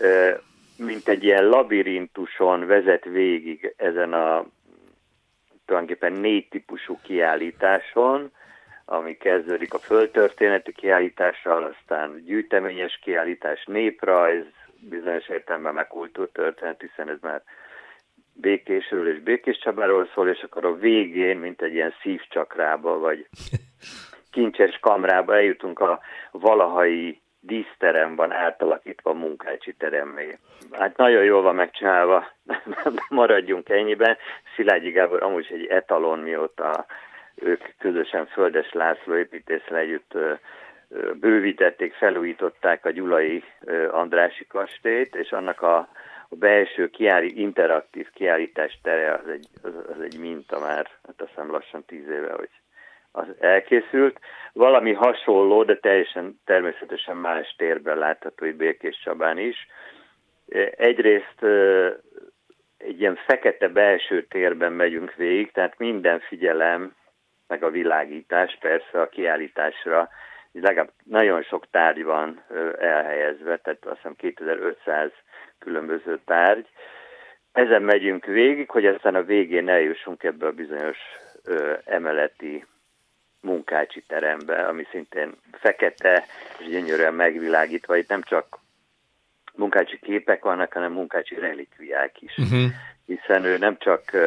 mint egy ilyen labirintuson vezet végig ezen a tulajdonképpen 4 típusú kiállításon, ami kezdődik a földtörténeti kiállítással, aztán gyűjteményes kiállítás, néprajz, bizonyos értelemben meg kultúrtörténet, hiszen ez már Békésről és Békés Csabáról szól, és akkor a végén, mint egy ilyen szívcsakrába, vagy kincses kamrába eljutunk a valahai díszteremben átalakítva a Munkácsi teremmé. Hát nagyon jól van megcsinálva, maradjunk ennyiben. Szilágyi Gábor amúgy egy etalon, mióta ők közösen Földes László építéssel együtt bővítették, felújították a gyulai Andrássy kastélyt, és annak a belső interaktív kiállítás tere az egy minta már, hát azt hiszem lassan 10 éve, hogy az elkészült. Valami hasonló, de természetesen más térben látható, hogy Békés Csabán is. Egyrészt egy ilyen fekete belső térben megyünk végig, tehát minden figyelem, meg a világítás persze a kiállításra, legalább nagyon sok tárgy van elhelyezve, tehát azt hiszem 2500 különböző tárgy. Ezen megyünk végig, hogy aztán a végén eljussunk ebbe a bizonyos emeleti Munkácsi terembe, ami szintén fekete és gyönyörűen megvilágítva. Itt nem csak Munkácsi képek vannak, hanem Munkácsi relikviák is. Hiszen ő nem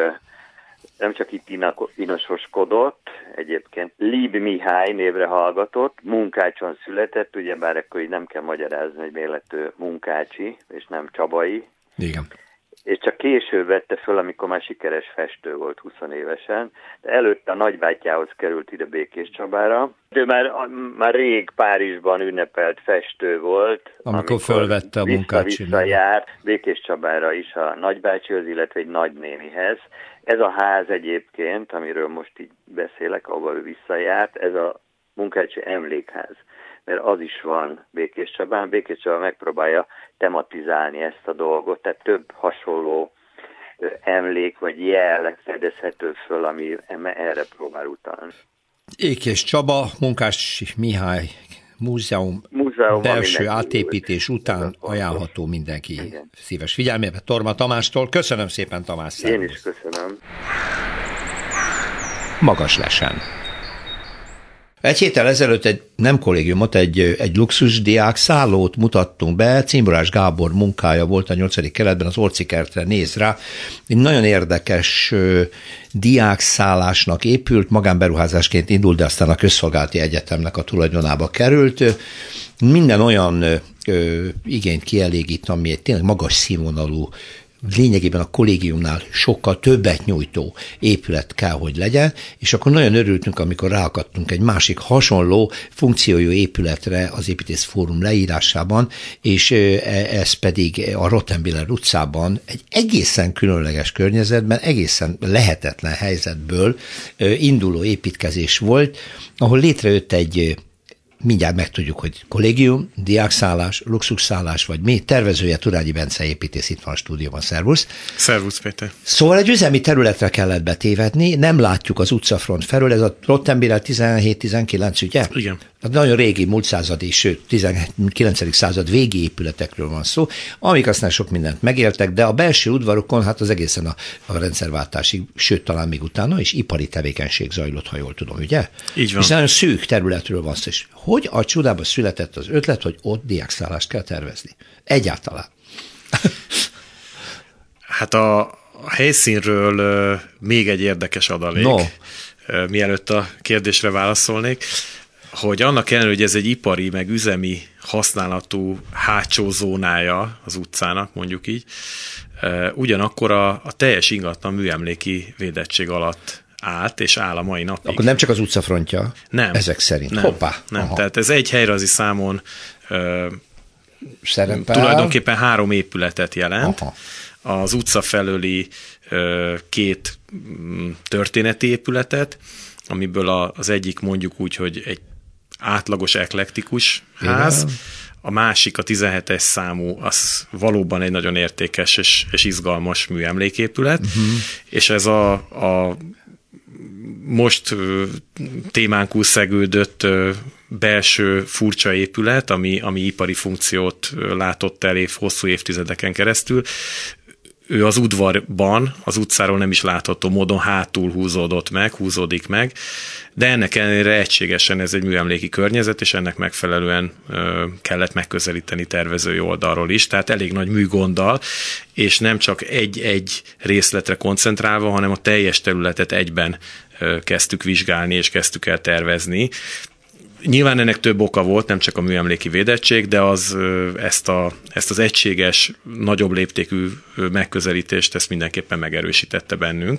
csak itt inososkodott, egyébként Lib Mihály névre hallgatott, Munkácson született, ugyebár akkor így nem kell magyarázni, hogy miért lett ő Munkácsi, és nem Csabai. Igen. És csak később vette föl, amikor már sikeres festő volt 20 évesen, de előtte a nagybátyjához került ide Békés Csabára. Ő már rég Párizsban ünnepelt festő volt. Amikor fölvette a Munkácsi. Visszajárt Békés Csabára is a nagybácsihoz, illetve egy nagynénihez. Ez a ház egyébként, amiről most így beszélek, ahol ő visszajárt, ez a Munkácsi emlékház. Mert az is van Békés Csabán. Békés Csabán megpróbálja tematizálni ezt a dolgot, tehát több hasonló emlék vagy jel fedezhető föl, ami erre próbál utalni. Békés Csaba, Munkácsi Mihály Múzeum belső átépítés után ajánlható mindenki szíves figyelmébe Torma Tamástól. Köszönöm szépen, Tamás. Én is köszönöm. Magas lesen. Egy héttel ezelőtt egy nem kollégiumot, egy luxusdiák szállót mutattunk be, Cimborás Gábor munkája volt a 8. keletben, az Orcikertre néz rá. Egy nagyon érdekes diákszállásnak épült, magánberuházásként indult, de aztán a Közszolgálati Egyetemnek a tulajdonába került. Minden olyan igényt kielégít, ami egy tényleg magas színvonalú lényegében a kollégiumnál sokkal többet nyújtó épület kell, hogy legyen, és akkor nagyon örültünk, amikor ráakadtunk egy másik hasonló funkciójú épületre az Építészfórum leírásában, és ez pedig a Rottenbiller utcában egy egészen különleges környezetben, egészen lehetetlen helyzetből induló építkezés volt, ahol létrejött egy, mindjárt megtudjuk, hogy kollégium, diákszállás, luxusszállás, vagy mi, tervezője Turányi Bence építész, itt van a stúdióban, szervusz. Szervusz, Péter. Szóval egy üzemi területre kellett betévedni, nem látjuk az utcafront felől, ez a Rottenbiller 17-19, ugye? Igen. Nagyon régi, múlt századi, sőt, 19. század végi épületekről van szó, amik aztán sok mindent megéltek, de a belső udvarokon, hát az egészen a rendszerváltásig, sőt, talán még utána is ipari tevékenység zajlott, ha jól tudom, ugye? Így van. És nagyon szűk területről van szó, és hogy a csodába született az ötlet, hogy ott diákszállást kell tervezni? Egyáltalán. Hát a helyszínről még egy érdekes adalék, mielőtt a kérdésre válaszolnék, hogy annak ellenére, hogy ez egy ipari, meg üzemi használatú hátsó zónája az utcának, mondjuk így, ugyanakkor a teljes ingatlan műemléki védettség alatt állt, és áll a mai napig. Akkor nem csak az utcafrontja? Nem. Ezek szerint? Nem. Hoppá. Nem. Aha. Tehát ez egy helyrajzi számon szerepel. Tulajdonképpen 3 épületet jelent. Aha. Az utca felőli 2 történeti épületet, amiből az egyik mondjuk úgy, hogy egy átlagos eklektikus ház, a másik, a 17-es számú, az valóban egy nagyon értékes és izgalmas műemléképület, és ez a most témánkul szegődött belső furcsa épület, ami ipari funkciót látott el hosszú évtizedeken keresztül, ő az udvarban, az utcáról nem is látható módon hátul húzódik meg, de ennek ellenére egységesen ez egy műemléki környezet, és ennek megfelelően kellett megközelíteni tervezői oldalról is, tehát elég nagy műgonddal, és nem csak egy részletre koncentrálva, hanem a teljes területet egyben kezdtük vizsgálni, és kezdtük el tervezni. Nyilván ennek több oka volt, nem csak a műemléki védettség, de ezt az egységes, nagyobb léptékű megközelítést ezt mindenképpen megerősítette bennünk.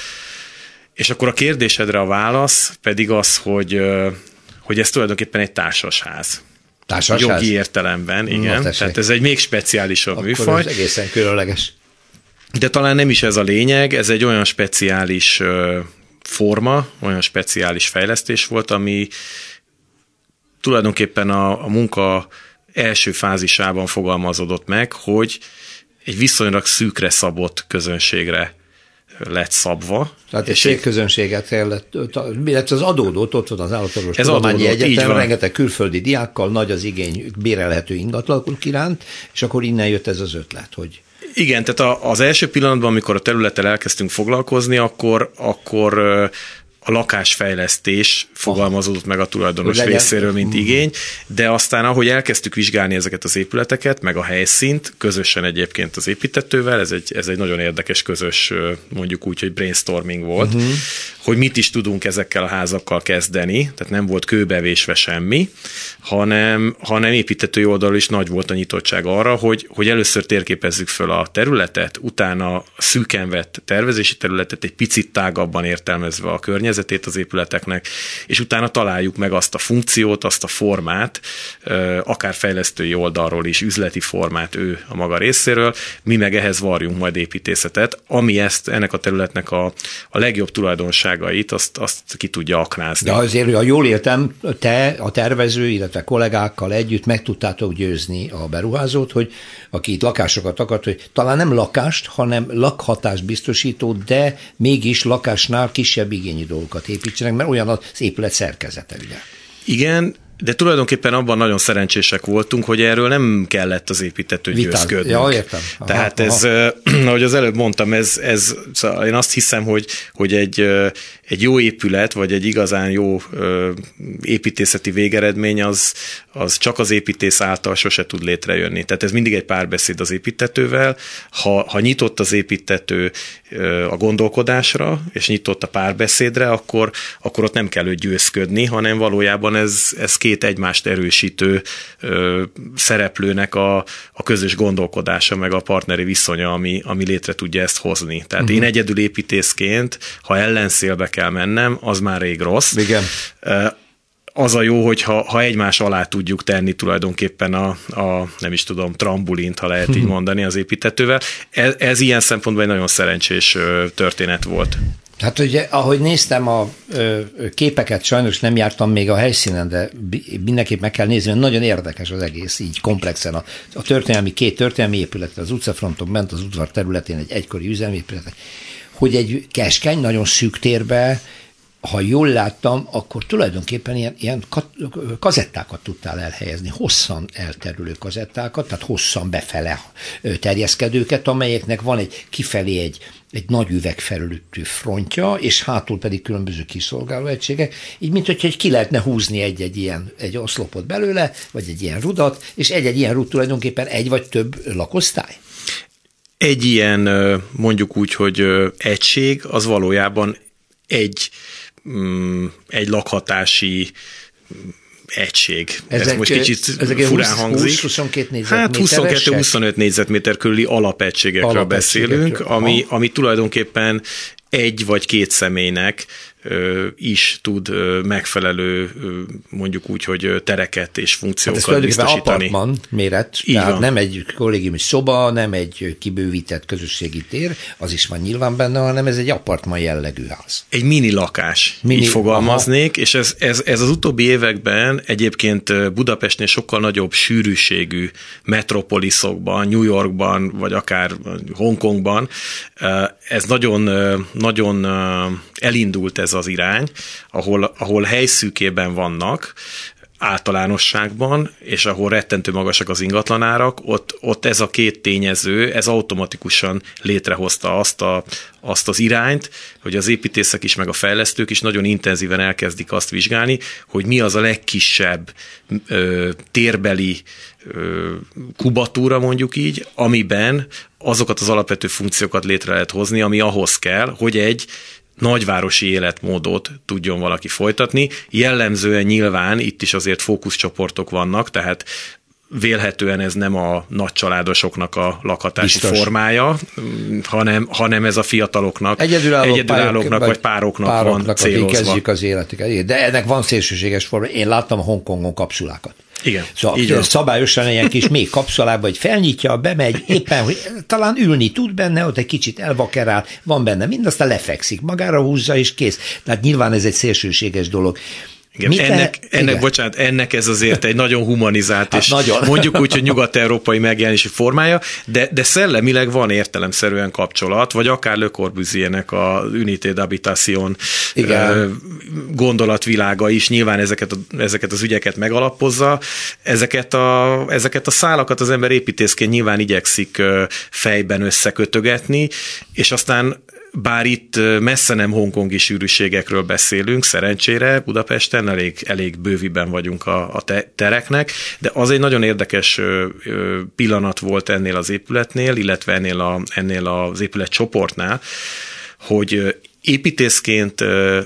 És akkor a kérdésedre a válasz pedig az, hogy ez tulajdonképpen egy társasház. Társasház? Jogi értelemben, igen. Tehát ez egy még speciálisabb akkor műfaj. Akkor ez egészen különleges. De talán nem is ez a lényeg, ez egy olyan speciális forma, olyan speciális fejlesztés volt, ami tulajdonképpen a munka első fázisában fogalmazódott meg, hogy egy viszonylag szűkre szabott közönségre lett szabva. Tehát egy célközönséget kellett, illetve az adódott, ott van az Állatorvos Tudományi Egyetem, rengeteg külföldi diákkal, nagy az igény bérelhető ingatlanok iránt, és akkor innen jött ez az ötlet, hogy... Igen, tehát az első pillanatban, amikor a területtel elkezdtünk foglalkozni, akkor a lakásfejlesztés fogalmazódott meg a tulajdonos részéről, mint igény, de aztán ahogy elkezdtük vizsgálni ezeket az épületeket, meg a helyszínt, közösen egyébként az építetővel, ez egy nagyon érdekes közös, mondjuk úgy, hogy brainstorming volt, hogy mit is tudunk ezekkel a házakkal kezdeni, tehát nem volt kőbevésve semmi, hanem építetői oldalról is nagy volt a nyitottság arra, hogy először térképezzük föl a területet, utána szűken vett tervezési területet, egy picit tágabban értelmezve a környezetét az épületeknek, és utána találjuk meg azt a funkciót, azt a formát, akár fejlesztői oldalról is, üzleti formát ő a maga részéről, mi meg ehhez varjunk majd építészetet, ami ennek a területnek a legjobb tulajdonságait, azt ki tudja aknázni. De azért, ha jól értem, te, a tervező, illetve kollégákkal együtt meg tudtátok győzni a beruházót, hogy aki itt lakásokat akart, hogy talán nem lakást, hanem lakhatást biztosító, de mégis lakásnál kisebb igényű dolgokat építsenek, mert olyan az épület szerkezete, ugye? Igen, de tulajdonképpen abban nagyon szerencsések voltunk, hogy erről nem kellett az építető győzködnünk. Ja, értem. Tehát ez, ahogy az előbb mondtam, én azt hiszem, hogy egy egy jó épület, vagy egy igazán jó építészeti végeredmény, az csak az építész által sose tud létrejönni. Tehát ez mindig egy párbeszéd az építtetővel. Ha nyitott az építtető a gondolkodásra, és nyitott a párbeszédre, akkor ott nem kell őt győzködni, hanem valójában ez két egymást erősítő szereplőnek a közös gondolkodása, meg a partneri viszonya, ami létre tudja ezt hozni. Tehát én egyedül építészként, ha ellenszélbe kell mennem, az már rég rossz. Igen. Az a jó, hogyha egymás alá tudjuk tenni tulajdonképpen a nem is tudom, trambulint, ha lehet így mondani az építtetővel. Ez ilyen szempontból egy nagyon szerencsés történet volt. Hát ugye, ahogy néztem a képeket, sajnos nem jártam még a helyszínen, de mindenképp meg kell nézni, mert nagyon érdekes az egész, így komplexen. A két történelmi épület, az utcafronton bent, az udvar területén egy egykori üzemépület, hogy egy keskeny, nagyon szűk térbe, ha jól láttam, akkor tulajdonképpen ilyen kazettákat tudtál elhelyezni, hosszan elterülő kazettákat, tehát hosszan befele terjeszkedőket, amelyeknek van kifelé egy nagy üvegfelültű frontja, és hátul pedig különböző kiszolgáló egységek, így mint hogyha ki lehetne húzni egy oszlopot belőle, vagy egy ilyen rudat, és egy ilyen rud tulajdonképpen egy vagy több lakosztály. Egy ilyen, mondjuk úgy, hogy egység, az valójában egy lakhatási egység. Ez most kicsit furán hangzik. 20-22 négyzetméteresek? Hát 22-25 négyzetméter körüli alapegységekről beszélünk, ami tulajdonképpen egy vagy két személynek is tud megfelelő, mondjuk úgy, hogy tereket és funkciókat biztosítani. Apartman méret, tehát nem egy kollégiumi szoba, nem egy kibővített közösségi tér, az is már nyilván benne, hanem ez egy apartman jellegű ház. Egy mini lakás, így fogalmaznék, és ez az utóbbi években egyébként Budapestnél sokkal nagyobb sűrűségű metropoliszokban, New Yorkban, vagy akár Hongkongban, ez nagyon elindult ez az irány, ahol helyszűkében vannak, általánosságban, és ahol rettentő magasak az ingatlanárak, ott ez a két tényező, ez automatikusan létrehozta azt az irányt, hogy az építészek is, meg a fejlesztők is nagyon intenzíven elkezdik azt vizsgálni, hogy mi az a legkisebb térbeli kubatúra, mondjuk így, amiben azokat az alapvető funkciókat létre lehet hozni, ami ahhoz kell, hogy egy nagyvárosi életmódot tudjon valaki folytatni. Jellemzően nyilván itt is azért fókuszcsoportok vannak, tehát vélhetően ez nem a nagycsaládosoknak a lakhatási formája, hanem ez a fiataloknak, egyedülállóknak vagy pároknak van célozva. Akik kezdjük az életüket. De ennek van szélsőséges forma. Én láttam a Hongkongon kapszulákat. Igen. Szóval szabályosan ilyen kis mély kapszulába, hogy felnyitja, bemegy, éppen, hogy talán ülni tud benne, ott egy kicsit elvakerál, van benne mind, aztán lefekszik, magára húzza, és kész. Tehát nyilván ez egy szélsőséges dolog. Igen, ennek ez azért egy nagyon humanizált, és mondjuk úgy, hogy nyugat-európai megjelenési formája, de szellemileg van értelemszerűen kapcsolat, vagy akár Le Corbusiernek a Unité d'Habitation gondolatvilága is nyilván ezeket az ügyeket megalapozza. Ezeket a szálakat az ember építészként nyilván igyekszik fejben összekötögetni, és aztán bár itt messze nem hongkongi sűrűségekről beszélünk, szerencsére Budapesten elég bőviben vagyunk a tereknek, de az egy nagyon érdekes pillanat volt ennél az épületnél, illetve ennél az épületcsoportnál, hogy építészként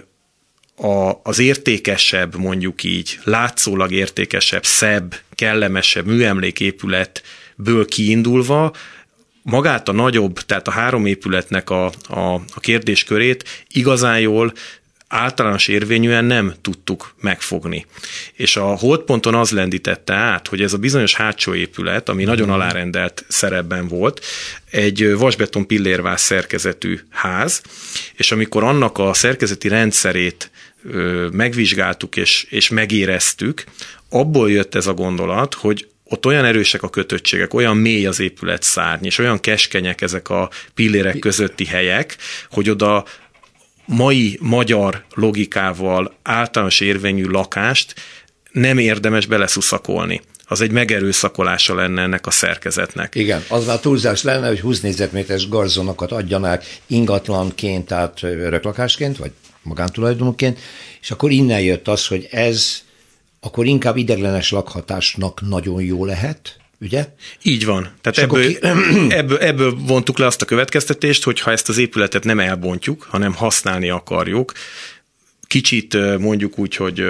az értékesebb, mondjuk így, látszólag értékesebb, szebb, kellemesebb műemléképületből kiindulva magát a nagyobb, tehát a három épületnek a kérdéskörét igazán jól, általános érvényűen nem tudtuk megfogni. És a holdponton az lendítette át, hogy ez a bizonyos hátsó épület, ami nagyon alárendelt szerepben volt, egy vasbeton pillérváz szerkezetű ház, és amikor annak a szerkezeti rendszerét megvizsgáltuk és megéreztük, abból jött ez a gondolat, hogy ott olyan erősek a kötöttségek, olyan mély az épület szárny, és olyan keskenyek ezek a pillérek közötti helyek, hogy oda mai magyar logikával általános érvényű lakást nem érdemes beleszuszakolni. Az egy megerőszakolása lenne ennek a szerkezetnek. Igen, az már túlzás lenne, hogy 20 négyzetméteres garzonokat adjanak ingatlanként, tehát öröklakásként, vagy? magántulajdonúként, és akkor innen jött az, hogy ez akkor inkább ideglenes lakhatásnak nagyon jó lehet, ugye? Így van. Tehát ebből vontuk le azt a következtetést, hogy ha ezt az épületet nem elbontjuk, hanem használni akarjuk, kicsit mondjuk úgy, hogy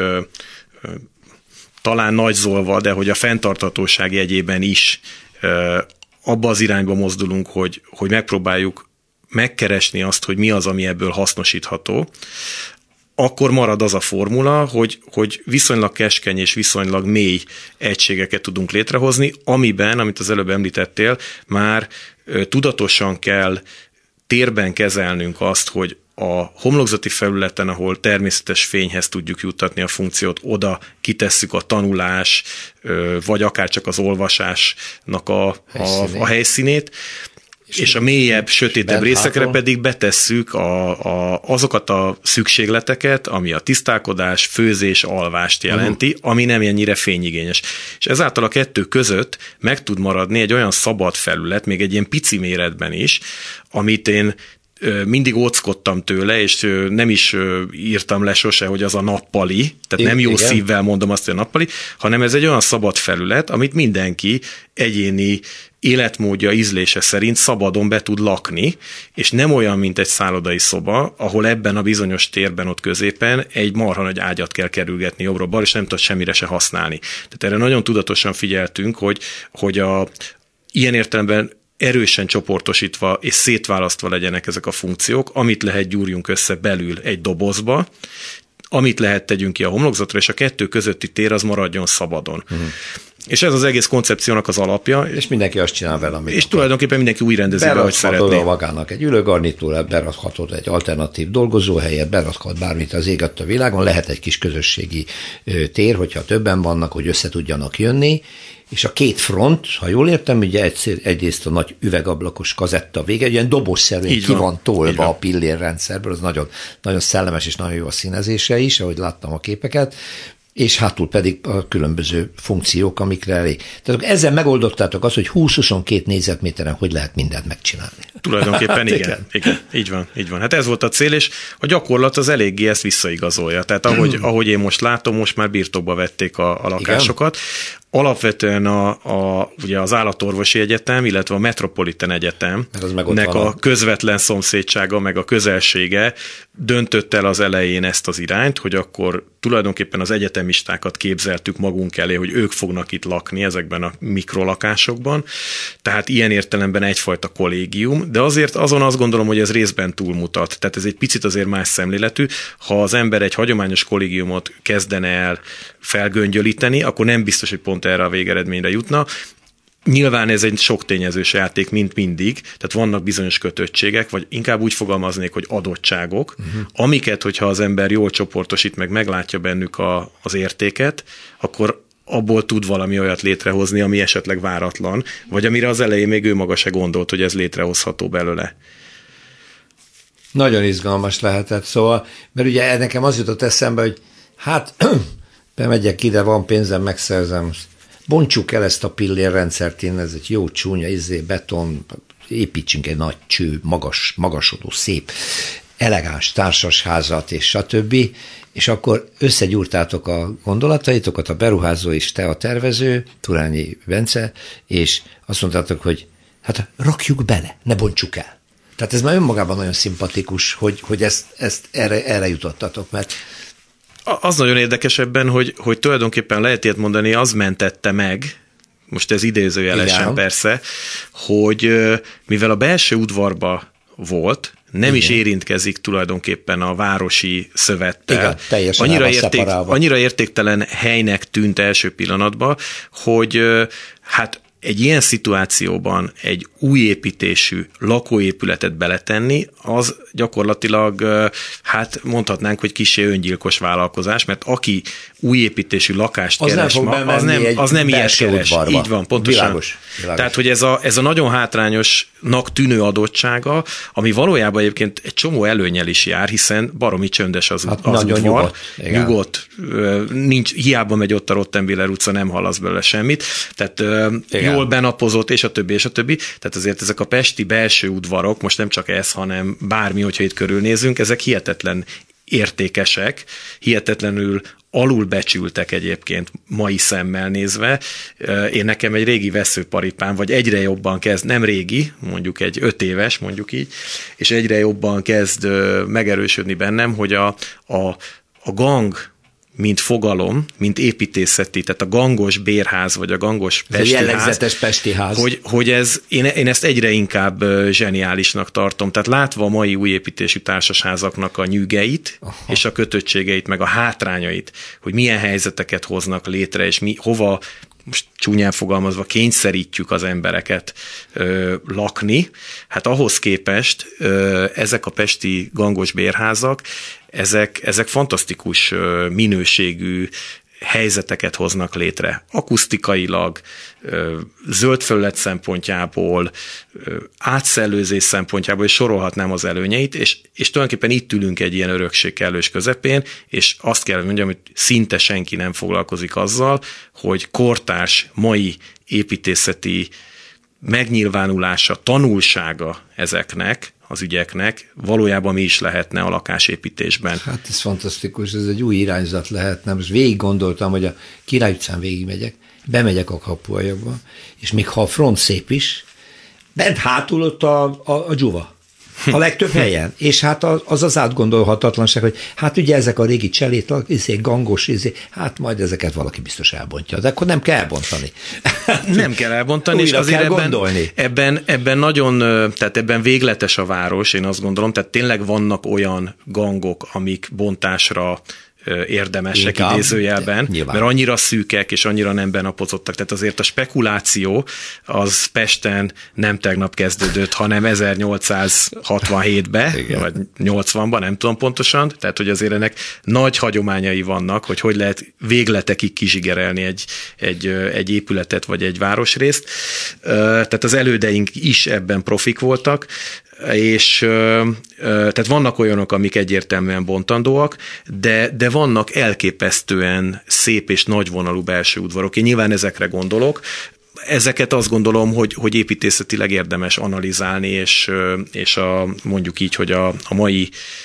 talán nagyzolva, de hogy a fenntarthatóság jegyében is abba az irányba mozdulunk, hogy megpróbáljuk megkeresni azt, hogy mi az, ami ebből hasznosítható, akkor marad az a formula, hogy viszonylag keskeny és viszonylag mély egységeket tudunk létrehozni, amiben, amit az előbb említettél, már tudatosan kell térben kezelnünk azt, hogy a homlokzati felületen, ahol természetes fényhez tudjuk juttatni a funkciót, oda kitesszük a tanulás, vagy akár csak az olvasásnak a helyszínét, és a mélyebb, sötétebb részekre pedig betesszük azokat a szükségleteket, ami a tisztálkodás, főzés, alvást jelenti, ami nem ennyire fényigényes. És ezáltal a kettő között meg tud maradni egy olyan szabad felület, még egy ilyen pici méretben is, amit én mindig óckodtam tőle, és nem is írtam le sose, hogy az a nappali, tehát nem jó szívvel mondom azt, hogy a nappali, hanem ez egy olyan szabad felület, amit mindenki egyéni életmódja, ízlése szerint szabadon be tud lakni, és nem olyan, mint egy szállodai szoba, ahol ebben a bizonyos térben ott középen egy marha nagy ágyat kell kerülgetni jobbra-balra, és nem tud semmire se használni. Tehát erre nagyon tudatosan figyeltünk, hogy ilyen értelemben erősen csoportosítva és szétválasztva legyenek ezek a funkciók, amit lehet gyúrjunk össze belül egy dobozba, amit lehet tegyünk ki a homlokzatra, és a kettő közötti tér az maradjon szabadon. És ez az egész koncepciónak az alapja. És mindenki azt csinál vele, amit és tulajdonképpen mindenki úgy rendezi be, hogy szeretné. Berakhatod magának egy ülőgarnitúrát, berakhatod egy alternatív dolgozóhelyet, berakhatod bármit az ég a világon, lehet egy kis közösségi tér, hogyha többen vannak, hogy össze tudjanak jönni, és a két front, ha jól értem, ugye egyrészt a nagy üvegablakos kazetta vége, egy ilyen dobozszerűen ki van tolva a pillérrendszerből, az nagyon, nagyon szellemes és nagyon jó a színezése is, ahogy láttam a képeket, és hátul pedig a különböző funkciók, amikre elég. Tehát ezzel megoldottátok azt, hogy 20-22 négyzetméteren hogy lehet mindent megcsinálni. Tulajdonképpen igen. Így van. Hát ez volt a cél, és a gyakorlat az eléggé ezt visszaigazolja. Tehát ahogy én most látom, most már birtokba vették a lakásokat. Igen. Alapvetően ugye az Állatorvosi Egyetem, illetve a Metropolitan Egyetemnek a közvetlen szomszédsága, meg a közelsége döntött el az elején ezt az irányt, hogy akkor tulajdonképpen az egyetemistákat képzeltük magunk elé, hogy ők fognak itt lakni ezekben a mikrolakásokban. Tehát ilyen értelemben egyfajta kollégium, de azért azon azt gondolom, hogy ez részben túlmutat. Tehát ez egy picit azért más szemléletű. Ha az ember egy hagyományos kollégiumot kezdene el felgöngyölíteni, akkor nem biztos, hogy pont erre a végeredményre jutna. Nyilván ez egy sok tényezős játék, mint mindig, tehát vannak bizonyos kötöttségek, vagy inkább úgy fogalmaznék, hogy adottságok, amiket, hogyha az ember jól csoportosít, meg meglátja bennük az értéket, akkor abból tud valami olyat létrehozni, ami esetleg váratlan, vagy amire az elején még ő maga se gondolt, hogy ez létrehozható belőle. Nagyon izgalmas lehetett, szóval, mert ugye nekem az jutott eszembe, hogy hát bemegyek ide, van pénzem, megszerzem, bontsuk el ezt a pillérrendszert, ez egy jó csúnya, beton, építsünk egy nagy cső, magasodó, szép, elegáns társasházat, és stb. És akkor összegyúrtátok a gondolataitokat, a beruházó és te a tervező, Turányi Bence, és azt mondtátok, hogy hát rakjuk bele, ne bontsuk el. Tehát ez már önmagában nagyon szimpatikus, hogy ezt erre jutottatok, mert az nagyon érdekes ebben, hogy tulajdonképpen lehet ilyet mondani, az mentette meg, most ez idézőjelesen persze, hogy mivel a belső udvarba volt, nem is érintkezik tulajdonképpen a városi szövettel. Igen, annyira értéktelen helynek tűnt első pillanatban, hogy hát egy ilyen szituációban egy új építésű lakóépületet beletenni, az gyakorlatilag, hát mondhatnánk, hogy kissé öngyilkos vállalkozás, mert aki új építésű lakást keres ma, az nem ilyet keres. Így van, pontosan. Világos. Tehát, hogy ez a nagyon hátrányosnak tűnő adottsága, ami valójában egyébként egy csomó előnnyel is jár, hiszen baromi csöndes az udvar. Nyugodt. Nincs, hiába megy ott a Rottenwiller utca, nem hallasz belőle semmit. Tehát jól benapozott, és a többi. Tehát azért ezek a pesti belső udvarok, most nem csak ez, hanem bármi, hogyha itt körülnézünk, ezek hihetetlen értékesek, hihetetlenül alulbecsültek egyébként mai szemmel nézve. Én nekem egy régi veszőparipám, vagy egyre jobban kezd, nem régi, mondjuk egy 5 éves, mondjuk így, és egyre jobban kezd megerősödni bennem, hogy a gang, mint fogalom, mint építészeti, tehát a gangos bérház, vagy a gangos pesti ház. Jellegzetes pesti ház. Hogy én ezt egyre inkább zseniálisnak tartom. Tehát látva a mai új építésű társasházaknak a nyűgeit, és a kötöttségeit, meg a hátrányait, hogy milyen helyzeteket hoznak létre, és hova, most csúnyán fogalmazva, kényszerítjük az embereket lakni. Hát ahhoz képest ezek a pesti gangos bérházak, ezek fantasztikus minőségű helyzeteket hoznak létre. Akusztikailag, zöld felület szempontjából, átszellőzés szempontjából, és sorolhatnám az előnyeit, és tulajdonképpen itt ülünk egy ilyen örökség kellős közepén, és azt kell mondjam, hogy szinte senki nem foglalkozik azzal, hogy kortárs, mai építészeti megnyilvánulása, tanulsága ezeknek, az ügyeknek valójában mi is lehetne a lakásépítésben. Hát ez fantasztikus, ez egy új irányzat lehetne. Most végig gondoltam, hogy a Király utcán végigmegyek, bemegyek a kapuajakba, és még ha a front szép is, bent hátul ott a dzsuva. A legtöbb helyen. És hát az átgondolhatatlanság, hogy hát ugye ezek a régi cselétlak, gangos, hát majd ezeket valaki biztos elbontja. De akkor nem kell elbontani. Nem kell elbontani, és azért ebben nagyon, tehát ebben végletes a város, én azt gondolom, tehát tényleg vannak olyan gangok, amik bontásra érdemesek idézőjelben, mert annyira szűkek és annyira nem benapozottak. Tehát azért a spekuláció az Pesten nem tegnap kezdődött, hanem 1867-ben, vagy 80-ban, nem tudom pontosan, tehát hogy azért ennek nagy hagyományai vannak, hogy lehet végletekig kizsigerelni egy épületet vagy egy városrészt. Tehát az elődeink is ebben profik voltak, és tehát vannak olyanok, amik egyértelműen bontandóak, de vannak elképesztően szép és nagyvonalú belső udvarok. Én nyilván ezekre gondolok. Ezeket azt gondolom, hogy építészetileg érdemes analizálni, és mondjuk így, hogy a mai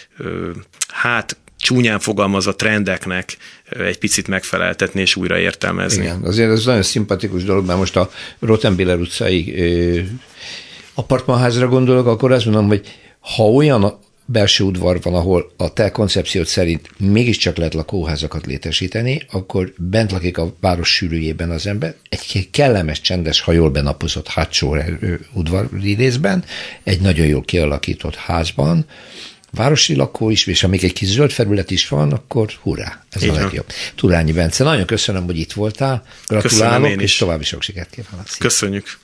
csúnyán fogalmazva trendeknek egy picit megfeleltetni és újra értelmezni. Igen, azért ez nagyon szimpatikus dolog, mert most a Rottenbiller utcai apartmanházra gondolok, akkor azt mondom, hogy ha olyan belső udvar van, ahol a te koncepciód szerint mégiscsak lehet lakóházakat létesíteni, akkor bent lakik a város sűrűjében az ember, egy kellemes, csendes, ha jól benapozott hátsó udvari részben, egy nagyon jól kialakított házban, városi lakó is, és amíg egy kis zöld felület is van, akkor hurrá, ez a legjobb. Turányi Bence, nagyon köszönöm, hogy itt voltál, gratulálok, és további sok sikert kívánok. Köszönjük.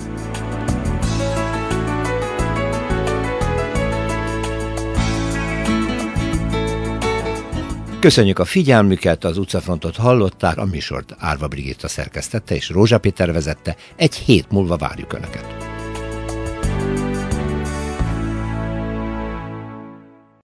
Köszönjük a figyelmüket, az utcafrontot hallották, a műsort Árva Brigitta szerkesztette és Rózsa Péter vezette, egy hét múlva várjuk Önöket.